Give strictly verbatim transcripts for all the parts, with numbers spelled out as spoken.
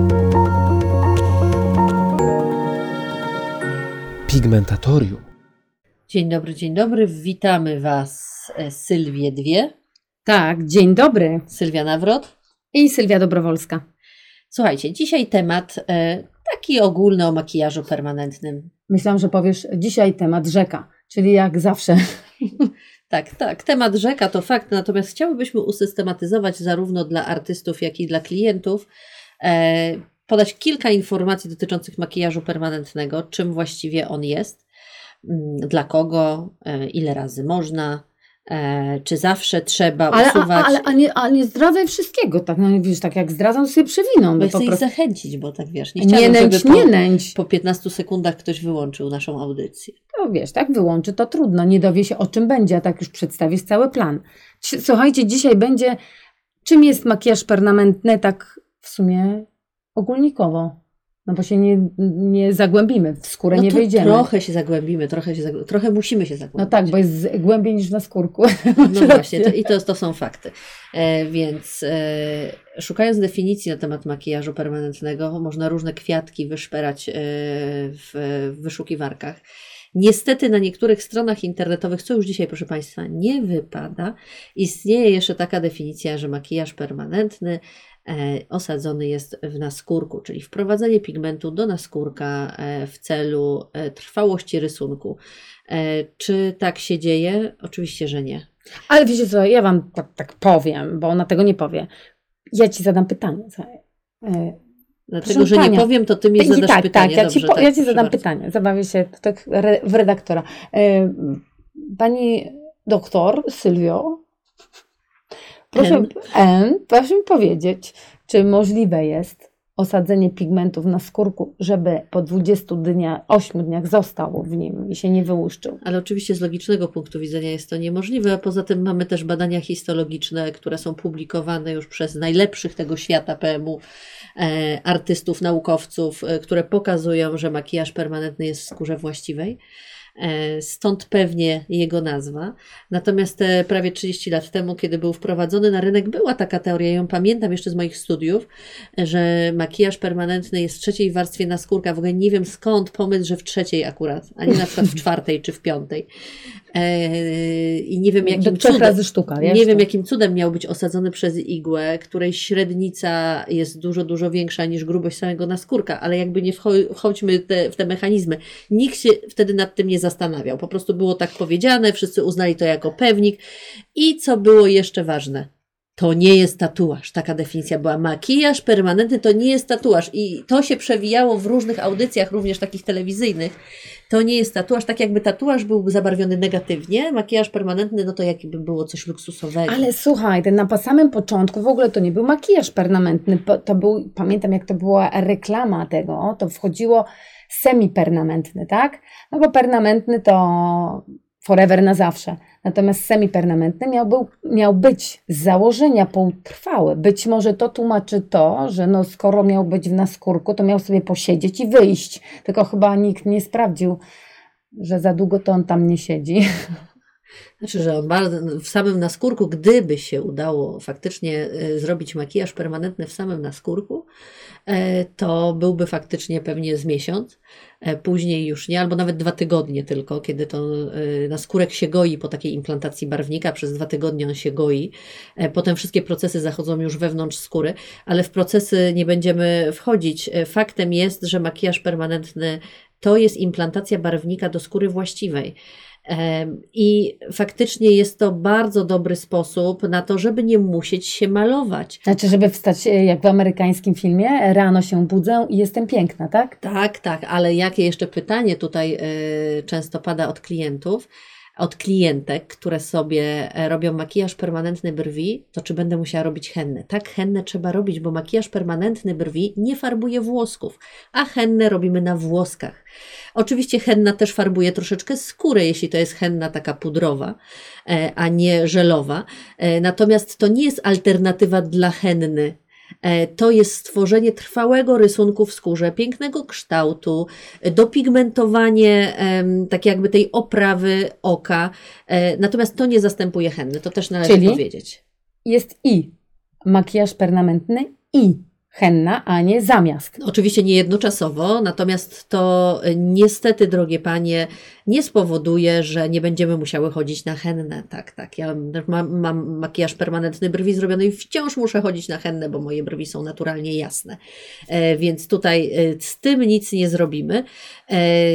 Pigmentatorium. Dzień dobry, dzień dobry. Witamy Was, Sylwie Dwie. Tak, dzień dobry. Sylwia Nawrot. I Sylwia Dobrowolska. Słuchajcie, dzisiaj temat e, taki ogólny o makijażu permanentnym. Myślałam, że powiesz dzisiaj temat rzeka, czyli jak zawsze. Tak, tak. Temat rzeka to fakt, natomiast chciałybyśmy usystematyzować zarówno dla artystów, jak i dla klientów, e, podać kilka informacji dotyczących makijażu permanentnego, czym właściwie on jest, dla kogo, e, ile razy można, e, czy zawsze trzeba ale, usuwać. A, ale a nie, a nie zdradzaj wszystkiego, tak, no, wiesz, tak jak zdradzam, sobie przewiną. Bo po chcę ich prostu... zachęcić, bo tak wiesz, nie nie chciałabym, nęć, żeby po, nie nęć. po piętnastu sekundach ktoś wyłączył naszą audycję. To wiesz, tak wyłączy, to trudno, nie dowie się o czym będzie, a tak już przedstawisz cały plan. Słuchajcie, dzisiaj będzie, czym jest makijaż permanentny, tak w sumie ogólnikowo. No bo się nie, nie zagłębimy, w skórę no nie wejdziemy. Trochę się zagłębimy, trochę, się zagłębimy, trochę musimy się zagłębić. No tak, bo jest głębiej niż na skórku. No właśnie, to, i to, to są fakty. E, więc e, szukając definicji na temat makijażu permanentnego, można różne kwiatki wyszperać e, w, w wyszukiwarkach. Niestety na niektórych stronach internetowych, co już dzisiaj, proszę Państwa, nie wypada, istnieje jeszcze taka definicja, że makijaż permanentny e, osadzony jest w naskórku, czyli wprowadzenie pigmentu do naskórka e, w celu e, trwałości rysunku. E, czy tak się dzieje? Oczywiście, że nie. Ale wiecie co, ja Wam tak, tak powiem, bo ona tego nie powie. Ja Ci zadam pytanie. E, Dlatego, że nie powiem, to Ty mi zadasz tak, pytanie. Tak, ja Dobrze, ci, po, tak, ja ci zadam bardzo. pytanie. Zabawię się tak re, w redaktora. E, pani doktor Sylwio, proszę, N. N, proszę mi powiedzieć, czy możliwe jest osadzenie pigmentów na skórku, żeby po dwudziestu dniach, ośmiu dniach został w nim i się nie wyłuszczył? Ale oczywiście z logicznego punktu widzenia jest to niemożliwe, a poza tym mamy też badania histologiczne, które są publikowane już przez najlepszych tego świata P M U e, artystów, naukowców, e, które pokazują, że makijaż permanentny jest w skórze właściwej. Stąd pewnie jego nazwa. Natomiast te prawie trzydzieści lat temu, kiedy był wprowadzony na rynek, była taka teoria, ja ją pamiętam jeszcze z moich studiów, że makijaż permanentny jest w trzeciej warstwie naskórka. W ogóle nie wiem skąd pomysł, że w trzeciej akurat, a nie na przykład w czwartej czy w piątej. I nie wiem jakim trzech cudem, razy sztuka, wiesz, nie wiem to... jakim cudem miał być osadzony przez igłę, której średnica jest dużo, dużo większa niż grubość samego naskórka, ale jakby nie wchodźmy te, w te mechanizmy. Nikt się wtedy nad tym nie zastanawiał. Po prostu było tak powiedziane, wszyscy uznali to jako pewnik. I co było jeszcze ważne? To nie jest tatuaż. Taka definicja była. Makijaż permanentny to nie jest tatuaż. I to się przewijało w różnych audycjach, również takich telewizyjnych. To nie jest tatuaż. Tak jakby tatuaż byłby zabarwiony negatywnie, makijaż permanentny, no to jakby było coś luksusowego. Ale słuchaj, ten na samym początku w ogóle to nie był makijaż permanentny. To był, pamiętam jak to była reklama tego, to wchodziło semi-permanentny, tak? No bo permanentny to forever na zawsze. Natomiast semi-permanentny miał, był, miał być z założenia półtrwały. Być może to tłumaczy to, że no skoro miał być w naskórku, to miał sobie posiedzieć i wyjść. Tylko chyba nikt nie sprawdził, że za długo to on tam nie siedzi. Znaczy, że on bardzo, w samym naskórku, gdyby się udało faktycznie y, zrobić makijaż permanentny w samym naskórku, y, to byłby faktycznie pewnie z miesiąc, y, później już nie, albo nawet dwa tygodnie tylko, kiedy to y, naskórek się goi po takiej implantacji barwnika, przez dwa tygodnie on się goi, y, potem wszystkie procesy zachodzą już wewnątrz skóry, ale w procesy nie będziemy wchodzić. Y, faktem jest, że makijaż permanentny to jest implantacja barwnika do skóry właściwej. I faktycznie jest to bardzo dobry sposób na to, żeby nie musieć się malować. Znaczy, żeby wstać jak w amerykańskim filmie, rano się budzę i jestem piękna, tak? Tak, tak, ale jakie jeszcze pytanie tutaj y, często pada od klientów, od klientek, które sobie robią makijaż permanentny brwi, to czy będę musiała robić hennę? Tak, hennę trzeba robić, bo makijaż permanentny brwi nie farbuje włosków, a hennę robimy na włoskach. Oczywiście henna też farbuje troszeczkę skórę, jeśli to jest henna taka pudrowa, a nie żelowa. Natomiast to nie jest alternatywa dla henny. To jest stworzenie trwałego rysunku w skórze, pięknego kształtu, dopigmentowanie tak jakby tej oprawy oka. Natomiast to nie zastępuje henny, to też należy Czyli powiedzieć. Jest i makijaż permanentny i henna, a nie zamiast. Oczywiście nie jednoczasowo, natomiast to niestety, drogie panie, nie spowoduje, że nie będziemy musiały chodzić na hennę. Tak, tak. Ja mam, mam makijaż permanentny brwi zrobiony i wciąż muszę chodzić na hennę, bo moje brwi są naturalnie jasne. E, więc tutaj e, z tym nic nie zrobimy. E,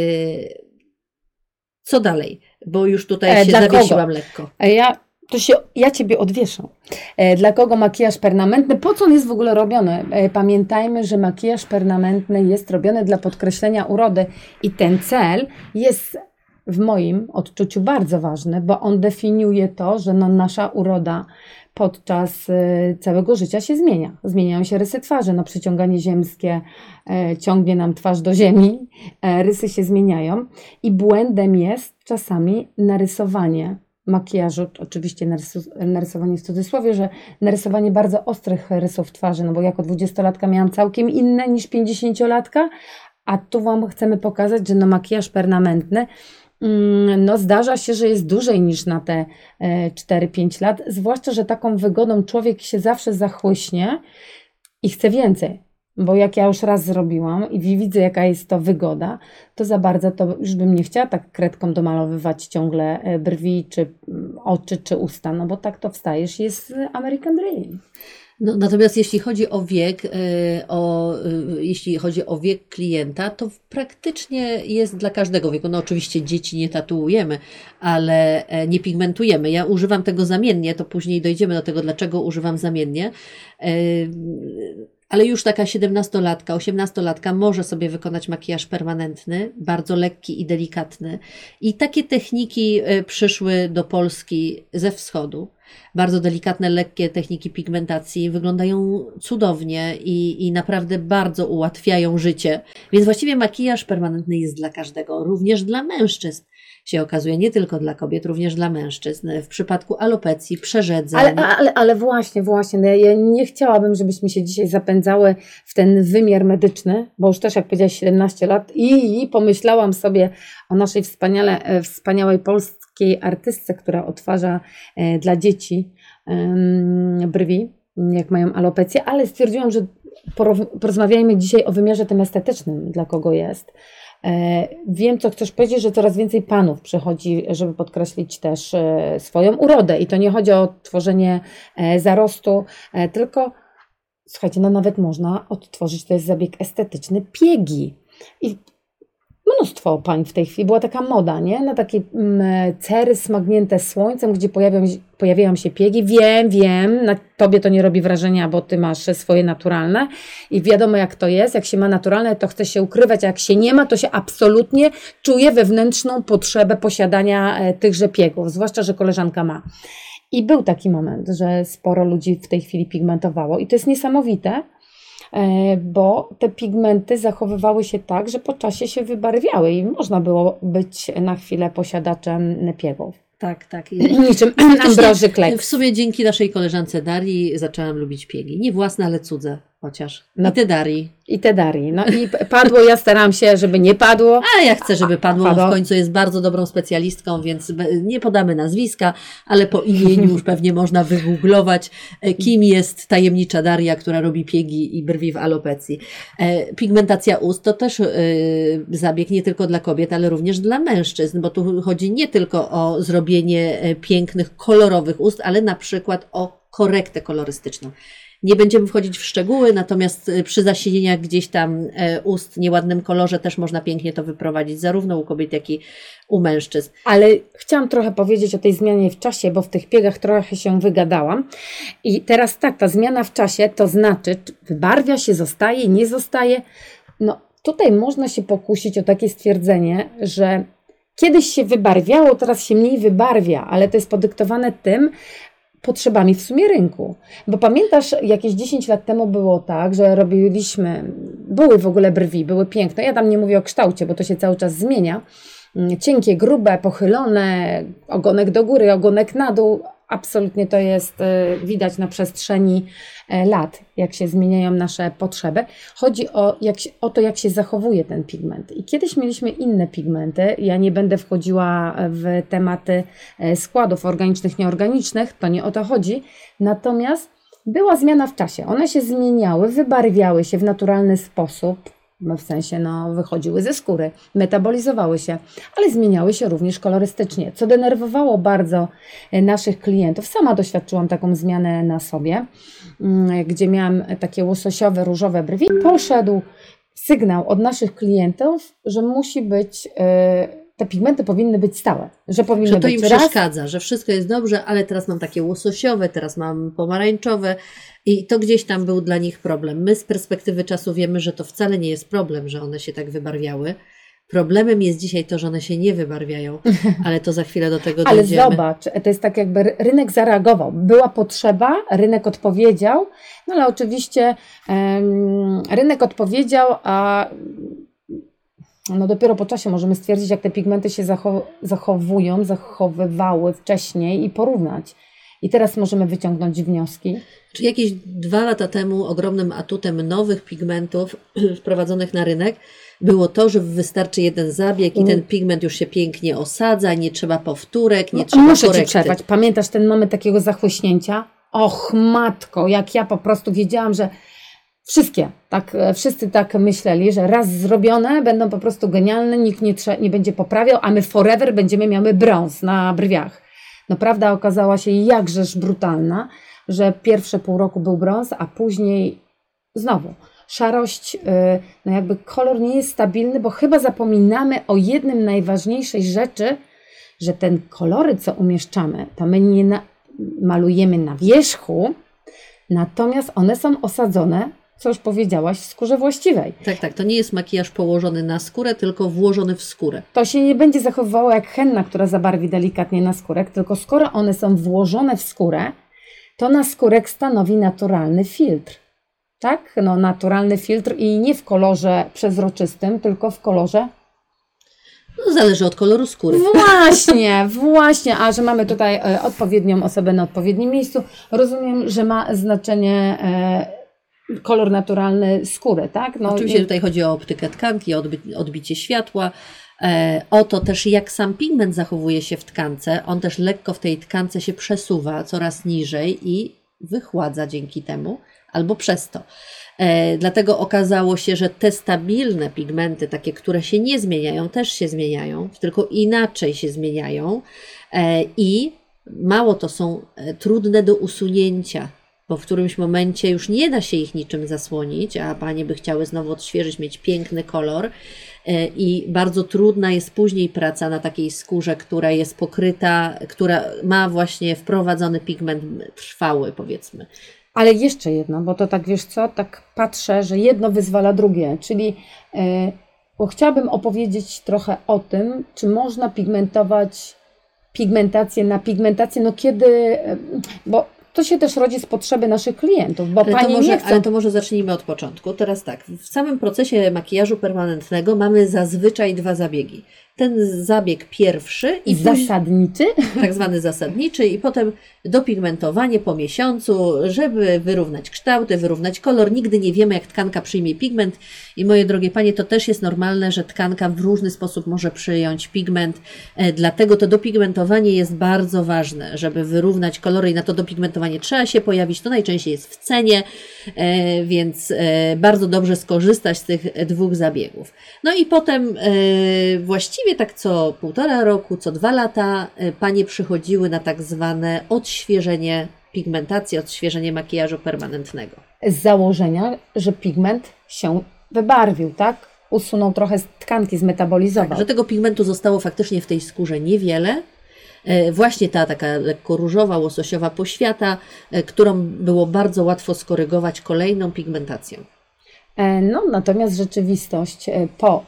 co dalej? Bo już tutaj E, się dla zawiesiłam kogo? lekko. E, Ja, to się, ja Ciebie odwieszę. E, Dla kogo makijaż permanentny? Po co on jest w ogóle robiony? E, Pamiętajmy, że makijaż permanentny jest robiony dla podkreślenia urody i ten cel jest w moim odczuciu bardzo ważny, bo on definiuje to, że no nasza uroda podczas e, całego życia się zmienia. Zmieniają się rysy twarzy, no przyciąganie ziemskie e, ciągnie nam twarz do ziemi, e, rysy się zmieniają i błędem jest czasami narysowanie makijażu, oczywiście narysu- narysowanie w cudzysłowie, że narysowanie bardzo ostrych rysów twarzy, no bo jako dwudziestolatka miałam całkiem inne niż pięćdziesięciolatka, a tu Wam chcemy pokazać, że no makijaż permanentny mm, no zdarza się, że jest dłużej niż na te e, cztery pięć lat, zwłaszcza, że taką wygodą człowiek się zawsze zachłyśnie i chce więcej. Bo jak ja już raz zrobiłam i widzę, jaka jest to wygoda, to za bardzo to już bym nie chciała tak kredką domalowywać ciągle e, brwi, czy mm, oczy, czy usta, no bo tak to wstajesz, jest American Dream. No, natomiast jeśli chodzi o wiek, y, o, y, jeśli chodzi o wiek klienta, to praktycznie jest dla każdego wieku. No oczywiście dzieci nie tatuujemy, ale e, nie pigmentujemy. Ja używam tego zamiennie, to później dojdziemy do tego, dlaczego używam zamiennie. Y, Ale już taka siedemnastolatka, osiemnastolatka może sobie wykonać makijaż permanentny, bardzo lekki i delikatny. I takie techniki y, przyszły do Polski ze wschodu. Bardzo delikatne, lekkie techniki pigmentacji wyglądają cudownie i, i naprawdę bardzo ułatwiają życie. Więc właściwie makijaż permanentny jest dla każdego, również dla mężczyzn się okazuje, nie tylko dla kobiet, również dla mężczyzn. W przypadku alopecji, przerzedzeń. Ale, ale, ale właśnie, właśnie, no ja nie chciałabym, żebyśmy się dzisiaj zapędzały w ten wymiar medyczny, bo już też jak powiedziałaś siedemnaście lat i, i pomyślałam sobie o naszej wspaniale, e, wspaniałej polskiej artystce, która odtwarza e, dla dzieci em, brwi, jak mają alopecję, ale stwierdziłam, że porow- porozmawiajmy dzisiaj o wymiarze tym estetycznym, dla kogo jest. E, Wiem, co chcesz powiedzieć, że coraz więcej panów przychodzi, żeby podkreślić też e, swoją urodę. I to nie chodzi o tworzenie e, zarostu, e, tylko słuchajcie, no nawet można odtworzyć, to jest zabieg estetyczny, piegi. I mnóstwo pań w tej chwili, była taka moda, nie? Na takie mm, cery smagnięte słońcem, gdzie pojawią, pojawiają się piegi. Wiem, wiem, na tobie to nie robi wrażenia, bo ty masz swoje naturalne i wiadomo jak to jest, jak się ma naturalne, to chce się ukrywać, a jak się nie ma, to się absolutnie czuje wewnętrzną potrzebę posiadania e, tychże piegów, zwłaszcza, że koleżanka ma. I był taki moment, że sporo ludzi w tej chwili pigmentowało i to jest niesamowite, bo te pigmenty zachowywały się tak, że po czasie się wybarwiały i można było być na chwilę posiadaczem piegów. Tak, tak. Niczym Ambroży Kleks. W sumie dzięki naszej koleżance Darii zaczęłam lubić piegi. Nie własne, ale cudze chociaż. No. I te Darii. I te Darii. No i padło, ja staram się, żeby nie padło. A ja chcę, żeby padło. Padło. W końcu jest bardzo dobrą specjalistką, więc be- nie podamy nazwiska, ale po imieniu już pewnie można wygooglować, e, kim jest tajemnicza Daria, która robi piegi i brwi w alopecji. E, Pigmentacja ust to też e, zabieg nie tylko dla kobiet, ale również dla mężczyzn, bo tu chodzi nie tylko o zrobienie e, pięknych, kolorowych ust, ale na przykład o korektę kolorystyczną. Nie będziemy wchodzić w szczegóły, natomiast y, przy zasinieniach gdzieś tam e, ust, nieładnym kolorze też można pięknie to wyprowadzić, zarówno u kobiet, jak i u mężczyzn. Ale chciałam trochę powiedzieć o tej zmianie w czasie, bo w tych piegach trochę się wygadałam. I teraz tak, ta zmiana w czasie to znaczy, czy wybarwia się, zostaje, nie zostaje. No tutaj można się pokusić o takie stwierdzenie, że kiedyś się wybarwiało, teraz się mniej wybarwia, ale to jest podyktowane tym, potrzebami w sumie rynku. Bo pamiętasz, jakieś dziesięć lat temu było tak, że robiliśmy, były w ogóle brwi, były piękne. Ja tam nie mówię o kształcie, bo to się cały czas zmienia. Cienkie, grube, pochylone, ogonek do góry, ogonek na dół. Absolutnie to jest widać na przestrzeni lat, jak się zmieniają nasze potrzeby. Chodzi o, jak, o to, jak się zachowuje ten pigment. I kiedyś mieliśmy inne pigmenty. Ja nie będę wchodziła w tematy składów organicznych, nieorganicznych, to nie o to chodzi. Natomiast była zmiana w czasie. One się zmieniały, wybarwiały się w naturalny sposób, no w sensie no, wychodziły ze skóry, metabolizowały się, ale zmieniały się również kolorystycznie, co denerwowało bardzo naszych klientów. Sama doświadczyłam taką zmianę na sobie, gdzie miałam takie łososiowe, różowe brwi. Poszedł sygnał od naszych klientów, że musi być, te pigmenty powinny być stałe, że powinny że to być im raz. przeszkadza, że wszystko jest dobrze, ale teraz mam takie łososiowe, teraz mam pomarańczowe i to gdzieś tam był dla nich problem. My z perspektywy czasu wiemy, że to wcale nie jest problem, że one się tak wybarwiały. Problemem jest dzisiaj to, że one się nie wybarwiają, ale to za chwilę do tego Ale dojdziemy. zobacz, to jest tak jakby rynek zareagował. Była potrzeba, rynek odpowiedział, no ale oczywiście um, rynek odpowiedział, a no dopiero po czasie możemy stwierdzić, jak te pigmenty się zachow- zachowują, zachowywały wcześniej i porównać. I teraz możemy wyciągnąć wnioski. Czy jakieś dwa lata temu ogromnym atutem nowych pigmentów wprowadzonych na rynek było to, że wystarczy jeden zabieg i ten pigment już się pięknie osadza, nie trzeba powtórek, nie No, trzeba muszę korekty. Ci przerwać. Pamiętasz ten moment takiego zachłyśnięcia? Och matko, jak ja po prostu wiedziałam, że wszystkie, tak, e, wszyscy tak myśleli, że raz zrobione będą po prostu genialne, nikt nie, trze- nie będzie poprawiał, a my forever będziemy miały brąz na brwiach. No prawda okazała się jakżeż brutalna, że pierwsze pół roku był brąz, a później znowu szarość, yy, no jakby kolor nie jest stabilny, bo chyba zapominamy o jednym najważniejszej rzeczy, że ten kolory, co umieszczamy, to my nie na- malujemy na wierzchu, natomiast one są osadzone, co już powiedziałaś, w skórze właściwej. Tak, tak, to nie jest makijaż położony na skórę, tylko włożony w skórę. To się nie będzie zachowywało jak henna, która zabarwi delikatnie naskórek, tylko skoro one są włożone w skórę, to naskórek stanowi naturalny filtr. Tak? No, naturalny filtr i nie w kolorze przezroczystym, tylko w kolorze. No, zależy od koloru skóry. Właśnie, właśnie, a że mamy tutaj e, odpowiednią osobę na odpowiednim miejscu, rozumiem, że ma znaczenie e, kolor naturalny skóry, tak? No, Oczywiście i- tutaj chodzi o optykę tkanki, o odbi- odbicie światła, e, o to też jak sam pigment zachowuje się w tkance. On też lekko w tej tkance się przesuwa coraz niżej i wychładza dzięki temu albo przez to. E, dlatego okazało się, że te stabilne pigmenty, takie, które się nie zmieniają, też się zmieniają, tylko inaczej się zmieniają e, i mało to są e, trudne do usunięcia, bo w którymś momencie już nie da się ich niczym zasłonić, a panie by chciały znowu odświeżyć, mieć piękny kolor e, i bardzo trudna jest później praca na takiej skórze, która jest pokryta, która ma właśnie wprowadzony pigment trwały, powiedzmy. Ale jeszcze jedno, bo to tak wiesz co, tak patrzę, że jedno wyzwala drugie, czyli yy, bo chciałabym opowiedzieć trochę o tym, czy można pigmentować pigmentację na pigmentację, no kiedy, yy, bo to się też rodzi z potrzeby naszych klientów, bo Ale to, panie może, nie chcą. ale to może zacznijmy od początku. Teraz tak, w samym procesie makijażu permanentnego mamy zazwyczaj dwa zabiegi. Ten zabieg pierwszy i później- Zasadniczy? tak zwany zasadniczy i potem dopigmentowanie po miesiącu, żeby wyrównać kształty, wyrównać kolor. Nigdy nie wiemy, jak tkanka przyjmie pigment i moje drogie panie, to też jest normalne, że tkanka w różny sposób może przyjąć pigment, e, dlatego to dopigmentowanie jest bardzo ważne, żeby wyrównać kolory i na to dopigmentowanie trzeba się pojawić, to najczęściej jest w cenie, e, więc e, bardzo dobrze skorzystać z tych dwóch zabiegów. No i potem e, właściwie tak co półtora roku, co dwa lata e, panie przychodziły na tak zwane odświeżenie pigmentacji, odświeżenie makijażu permanentnego. Z założenia, że pigment się wybarwił, tak? Usunął trochę z tkanki, zmetabolizował. Że tego pigmentu zostało faktycznie w tej skórze niewiele. E, Właśnie ta taka lekko różowa, łososiowa poświata, e, którą było bardzo łatwo skorygować kolejną pigmentacją. E, No, natomiast rzeczywistość e, po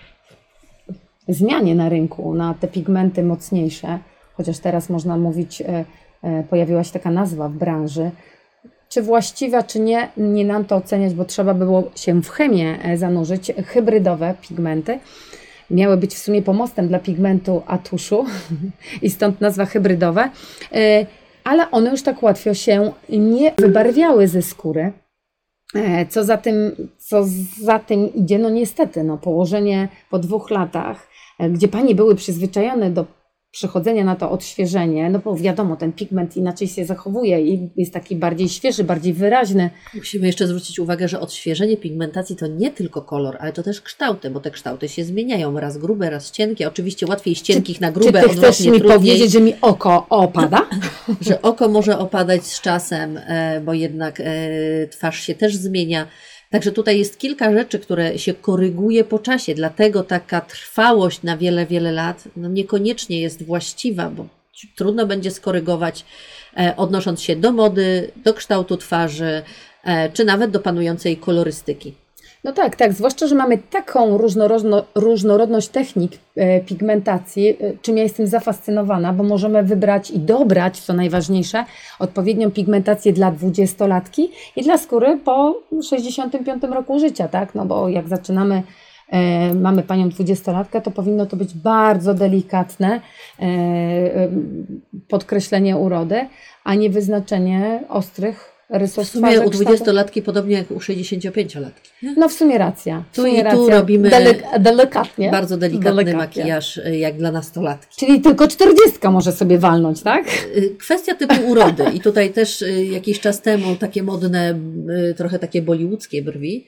zmianie na rynku na te pigmenty mocniejsze, chociaż teraz można mówić, e, e, pojawiła się taka nazwa w branży, czy właściwa, czy nie, nie nam to oceniać, bo trzeba było się w chemię e, zanurzyć. Hybrydowe pigmenty miały być w sumie pomostem dla pigmentu atuszu i stąd nazwa hybrydowe, e, ale one już tak łatwo się nie wybarwiały ze skóry. E, Co za tym, co za tym idzie, no niestety, no położenie po dwóch latach, e, gdzie panie były przyzwyczajone do przychodzenia na to odświeżenie, no bo wiadomo, ten pigment inaczej się zachowuje i jest taki bardziej świeży, bardziej wyraźny. Musimy jeszcze zwrócić uwagę, że odświeżenie pigmentacji to nie tylko kolor, ale to też kształty, bo te kształty się zmieniają, raz grube, raz cienkie. Oczywiście łatwiej z cienkich czy, na grube, czy ty chcesz mi trudniej. powiedzieć, że mi oko opada? Że oko może opadać z czasem, bo jednak twarz się też zmienia. Także tutaj jest kilka rzeczy, które się koryguje po czasie, dlatego taka trwałość na wiele, wiele lat no niekoniecznie jest właściwa, bo trudno będzie skorygować, e, odnosząc się do mody, do kształtu twarzy, e, czy nawet do panującej kolorystyki. No tak, tak, zwłaszcza, że mamy taką różnorodno, różnorodność technik e, pigmentacji, e, czym ja jestem zafascynowana, bo możemy wybrać i dobrać, co najważniejsze, odpowiednią pigmentację dla dwudziestolatki i dla skóry po sześćdziesiątym piątym roku życia, tak? No bo jak zaczynamy, e, mamy panią dwudziestolatkę, to powinno to być bardzo delikatne e, e, podkreślenie urody, a nie wyznaczenie ostrych rysów W sumie twarzy, u dwudziestolatki podobnie jak u sześćdziesięciopięciolatki. No w sumie racja. W Tu sumie i tu racja. robimy Delik- delikatnie. bardzo delikatny Delikatnie. makijaż jak dla nastolatki. Czyli tylko czterdziestka może sobie walnąć, tak? Kwestia typu urody i tutaj też jakiś czas temu takie modne, trochę takie bollywoodzkie brwi,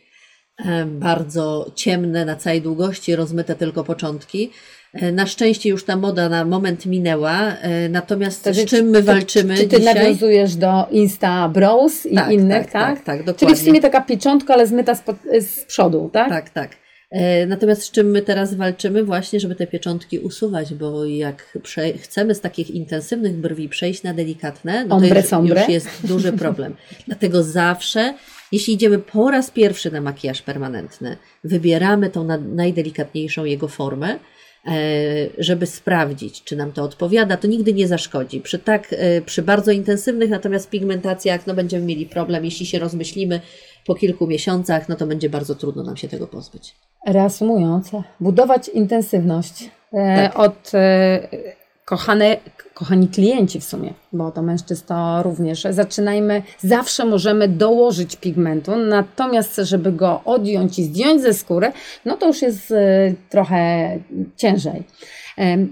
bardzo ciemne na całej długości, rozmyte tylko początki. Na szczęście już ta moda na moment minęła, natomiast To, z czym my czy, walczymy Czy ty dzisiaj? nawiązujesz do Insta Bros i Tak, innych, tak, tak? tak, tak, dokładnie. Czyli w sumie taka pieczątka, ale zmyta z, z przodu, tak? Tak, tak. Natomiast z czym my teraz walczymy? Właśnie, żeby te pieczątki usuwać, bo jak prze- chcemy z takich intensywnych brwi przejść na delikatne, no to Ombre już, sombre. już jest duży problem. Dlatego zawsze, jeśli idziemy po raz pierwszy na makijaż permanentny, wybieramy tą na- najdelikatniejszą jego formę, żeby sprawdzić, czy nam to odpowiada, to nigdy nie zaszkodzi. Przy tak, przy bardzo intensywnych natomiast pigmentacjach, no będziemy mieli problem, jeśli się rozmyślimy po kilku miesiącach, no to będzie bardzo trudno nam się tego pozbyć. Reasumując, budować intensywność e, Tak. od e, kochane, kochani klienci w sumie, bo to mężczyzn to również. Zaczynajmy, zawsze możemy dołożyć pigmentu, natomiast żeby go odjąć i zdjąć ze skóry, no to już jest e, trochę ciężej. E,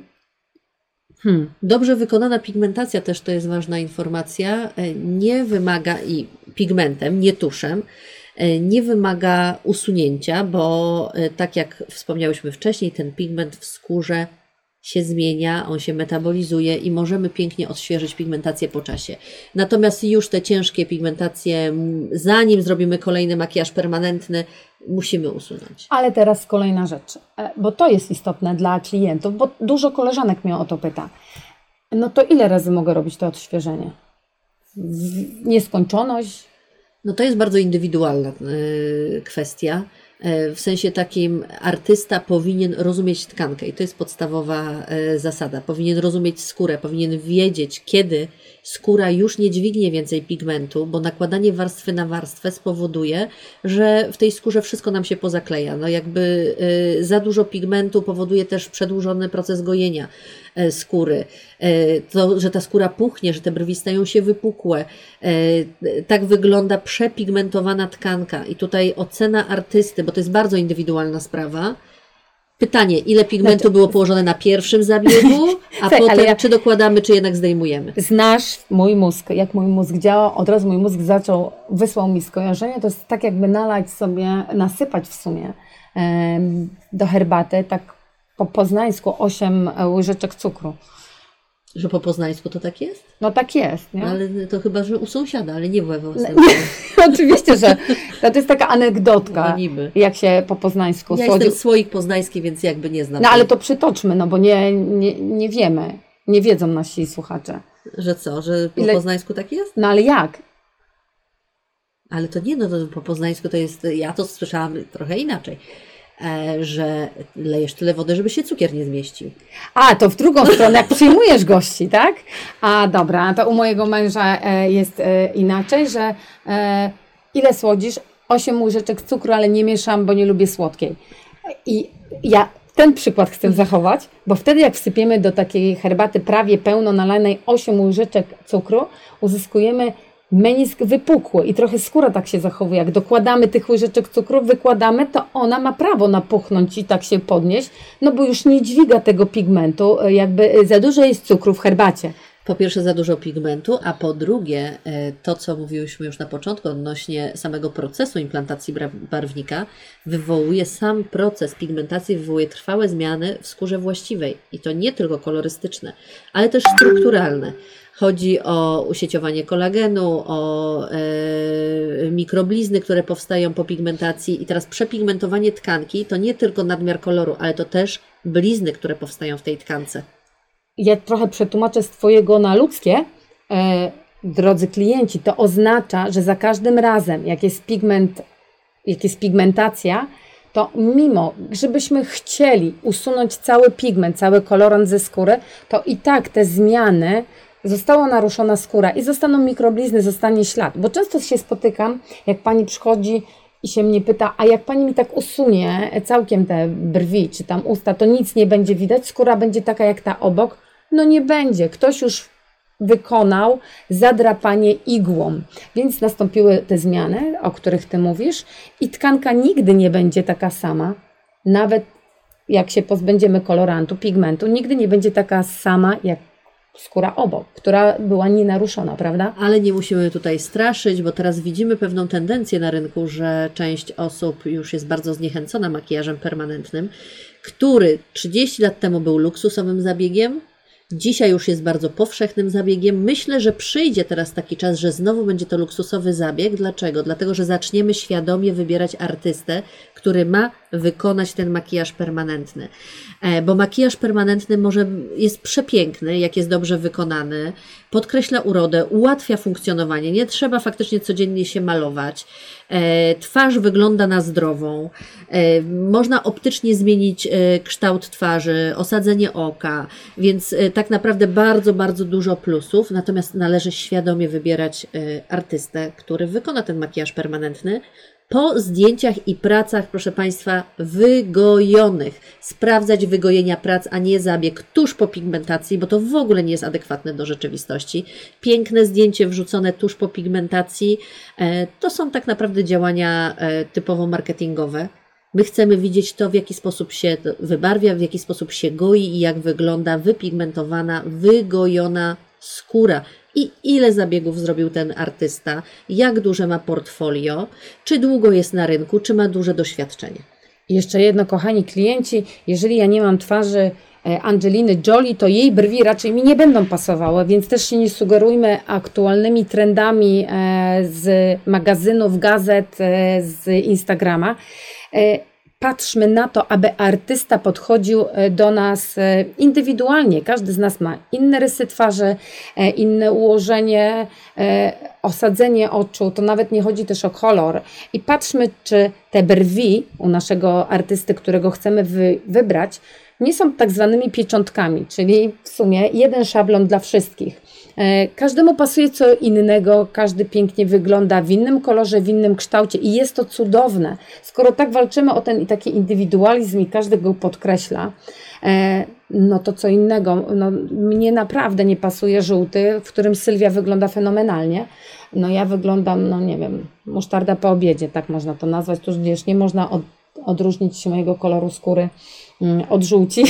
Hmm. Dobrze wykonana pigmentacja też to jest ważna informacja, nie wymaga i pigmentem, nie tuszem, nie wymaga usunięcia, bo tak jak wspomniałyśmy wcześniej, ten pigment w skórze się zmienia, on się metabolizuje i możemy pięknie odświeżyć pigmentację po czasie. Natomiast już te ciężkie pigmentacje, zanim zrobimy kolejny makijaż permanentny, musimy usunąć. Ale teraz kolejna rzecz, e, bo to jest istotne dla klientów, bo dużo koleżanek mnie o to pyta. No to ile razy mogę robić to odświeżenie? W- Nieskończoność? No to jest bardzo indywidualna y, kwestia. Y, w sensie takim artysta powinien rozumieć tkankę i to jest podstawowa y, zasada. Powinien rozumieć skórę, powinien wiedzieć, kiedy skóra już nie dźwignie więcej pigmentu, bo nakładanie warstwy na warstwę spowoduje, że w tej skórze wszystko nam się pozakleja. No jakby y, za dużo pigmentu powoduje też przedłużony proces gojenia y, skóry. Y, to, że ta skóra puchnie, że te brwi stają się wypukłe. Y, tak wygląda przepigmentowana tkanka i tutaj ocena artysty, bo to jest bardzo indywidualna sprawa. Pytanie, ile pigmentu Znaczy- było położone na pierwszym zabiegu, a Tak, ale potem ja- czy dokładamy, czy jednak zdejmujemy. Znasz mój mózg, jak mój mózg działa, od razu mój mózg zaczął, wysłał mi skojarzenie, to jest tak jakby nalać sobie, nasypać w sumie em, do herbaty, tak po poznańsku osiem łyżeczek cukru. Że po poznańsku to tak jest? No tak jest, nie? Ale to chyba, że u sąsiada, ale nie we własnym. Oczywiście, że to jest taka anegdotka, No niby. jak się po poznańsku Ja słodzi. jestem słoik poznański, więc jakby nie znam. No ale tej- to przytoczmy, no bo nie, nie, nie wiemy, nie wiedzą nasi słuchacze. Że co, że po Ile- poznańsku tak jest? No ale jak? Ale to nie, no to po poznańsku to jest, ja to słyszałam trochę inaczej, e, że lejesz tyle wody, żeby się cukier nie zmieścił. A, to w drugą stronę, jak przyjmujesz gości, tak? A dobra, to u mojego męża e, jest e, inaczej, że e, ile słodzisz? Osiem łyżeczek cukru, ale nie mieszam, bo nie lubię słodkiej. I ja ten przykład chcę zachować, bo wtedy jak wsypiemy do takiej herbaty prawie pełno nalanej osiem łyżeczek cukru, uzyskujemy menisk wypukły i trochę skóra tak się zachowuje. Jak dokładamy tych łyżeczek cukru, wykładamy, to ona ma prawo napuchnąć i tak się podnieść, no bo już nie dźwiga tego pigmentu, jakby za dużo jest cukru w herbacie. Po pierwsze za dużo pigmentu, a po drugie to, co mówiłyśmy już na początku odnośnie samego procesu implantacji barwnika, wywołuje sam proces pigmentacji, wywołuje trwałe zmiany w skórze właściwej i to nie tylko kolorystyczne, ale też strukturalne. Chodzi o usieciowanie kolagenu, o e, mikroblizny, które powstają po pigmentacji i teraz przepigmentowanie tkanki to nie tylko nadmiar koloru, ale to też blizny, które powstają w tej tkance. Ja trochę przetłumaczę z Twojego na ludzkie, e, drodzy klienci, to oznacza, że za każdym razem, jak jest pigment, jak jest pigmentacja, to mimo, żebyśmy chcieli usunąć cały pigment, cały kolorant ze skóry, to i tak te zmiany, została naruszona skóra i zostaną mikroblizny, zostanie ślad. Bo często się spotykam, jak Pani przychodzi i się mnie pyta, a jak Pani mi tak usunie całkiem te brwi, czy tam usta, to nic nie będzie widać, skóra będzie taka jak ta obok. No nie będzie. Ktoś już wykonał zadrapanie igłą, więc nastąpiły te zmiany, o których Ty mówisz i tkanka nigdy nie będzie taka sama, nawet jak się pozbędziemy kolorantu, pigmentu, nigdy nie będzie taka sama jak skóra obok, która była nienaruszona, prawda? Ale nie musimy tutaj straszyć, bo teraz widzimy pewną tendencję na rynku, że część osób już jest bardzo zniechęcona makijażem permanentnym, który trzydzieści lat temu był luksusowym zabiegiem, dzisiaj już jest bardzo powszechnym zabiegiem. Myślę, że przyjdzie teraz taki czas, że znowu będzie to luksusowy zabieg. Dlaczego? Dlatego, że zaczniemy świadomie wybierać artystę, który ma wykonać ten makijaż permanentny. Bo makijaż permanentny może jest przepiękny, jak jest dobrze wykonany, podkreśla urodę, ułatwia funkcjonowanie, nie trzeba faktycznie codziennie się malować. Twarz wygląda na zdrową, można optycznie zmienić kształt twarzy, osadzenie oka, więc tak naprawdę bardzo, bardzo dużo plusów, natomiast należy świadomie wybierać artystę, który wykona ten makijaż permanentny, po zdjęciach i pracach, proszę Państwa, wygojonych. Sprawdzać wygojenia prac, a nie zabieg tuż po pigmentacji, bo to w ogóle nie jest adekwatne do rzeczywistości. Piękne zdjęcie wrzucone tuż po pigmentacji to są tak naprawdę działania typowo marketingowe. My chcemy widzieć to, w jaki sposób się wybarwia, w jaki sposób się goi i jak wygląda wypigmentowana, wygojona skóra. I ile zabiegów zrobił ten artysta, jak duże ma portfolio, czy długo jest na rynku, czy ma duże doświadczenie. I jeszcze jedno, kochani klienci, jeżeli ja nie mam twarzy Angeliny Jolie, to jej brwi raczej mi nie będą pasowały, więc też się nie sugerujmy aktualnymi trendami z magazynów, gazet, z Instagrama. Patrzmy na to, aby artysta podchodził do nas indywidualnie. Każdy z nas ma inne rysy twarzy, inne ułożenie, osadzenie oczu. To nawet nie chodzi też o kolor. I patrzmy, czy te brwi u naszego artysty, którego chcemy wy, wybrać, nie są tak zwanymi pieczątkami, czyli w sumie jeden szablon dla wszystkich. Każdemu pasuje co innego, każdy pięknie wygląda w innym kolorze, w innym kształcie i jest to cudowne. Skoro tak walczymy o ten taki indywidualizm i każdy go podkreśla, no to co innego. No, mnie naprawdę nie pasuje żółty, w którym Sylwia wygląda fenomenalnie. No ja wyglądam, no nie wiem, musztarda po obiedzie, tak można to nazwać, tuż nie można od, odróżnić mojego koloru skóry od żółci.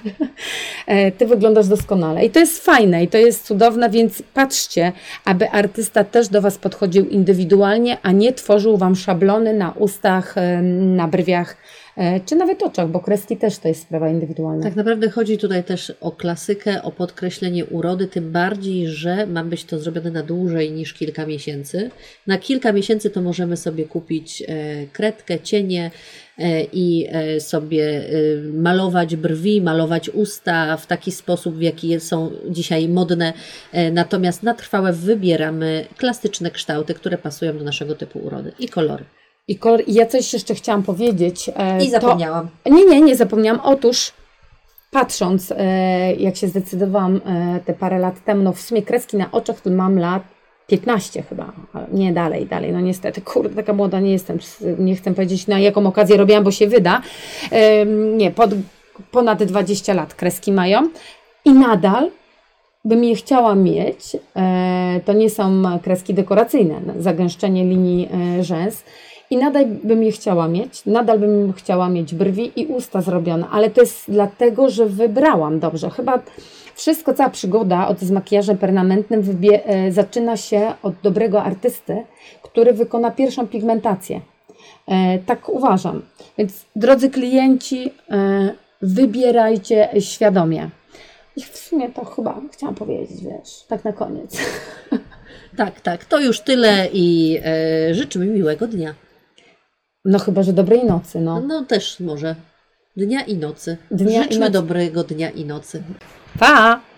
Ty wyglądasz doskonale i to jest fajne i to jest cudowne, więc patrzcie, aby artysta też do Was podchodził indywidualnie, a nie tworzył Wam szablony na ustach, na brwiach, czy nawet oczach, bo kreski też to jest sprawa indywidualna. Tak naprawdę chodzi tutaj też o klasykę, o podkreślenie urody, tym bardziej, że ma być to zrobione na dłużej niż kilka miesięcy. Na kilka miesięcy to możemy sobie kupić kredkę, cienie i sobie malować brwi, malować usta w taki sposób, w jaki są dzisiaj modne. Natomiast na trwałe wybieramy klasyczne kształty, które pasują do naszego typu urody i kolory. I kolor, i ja coś jeszcze chciałam powiedzieć. I zapomniałam. To, nie, nie, nie zapomniałam. Otóż patrząc, jak się zdecydowałam te parę lat temu, no w sumie kreski na oczach to mam lat piętnaście chyba, ale nie dalej, dalej, no niestety, kurde, taka młoda nie jestem, nie chcę powiedzieć na jaką okazję robiłam, bo się wyda. Nie, pod, ponad dwadzieścia lat kreski mają i nadal bym je chciała mieć, e, to nie są kreski dekoracyjne, zagęszczenie linii e, rzęs i nadal bym je chciała mieć, nadal bym chciała mieć brwi i usta zrobione, ale to jest dlatego, że wybrałam dobrze. Chyba wszystko, cała przygoda od z makijażem permanentnym wybie- e, zaczyna się od dobrego artysty, który wykona pierwszą pigmentację. E, tak uważam. Więc drodzy klienci, e, wybierajcie świadomie. I w sumie to chyba chciałam powiedzieć, wiesz, tak na koniec. Tak, tak, to już tyle i e, życzymy miłego dnia. No chyba, że dobrej nocy, no. No też może dnia i nocy. Dnia i Życzmy nocy. dobrego dnia i nocy. Pa!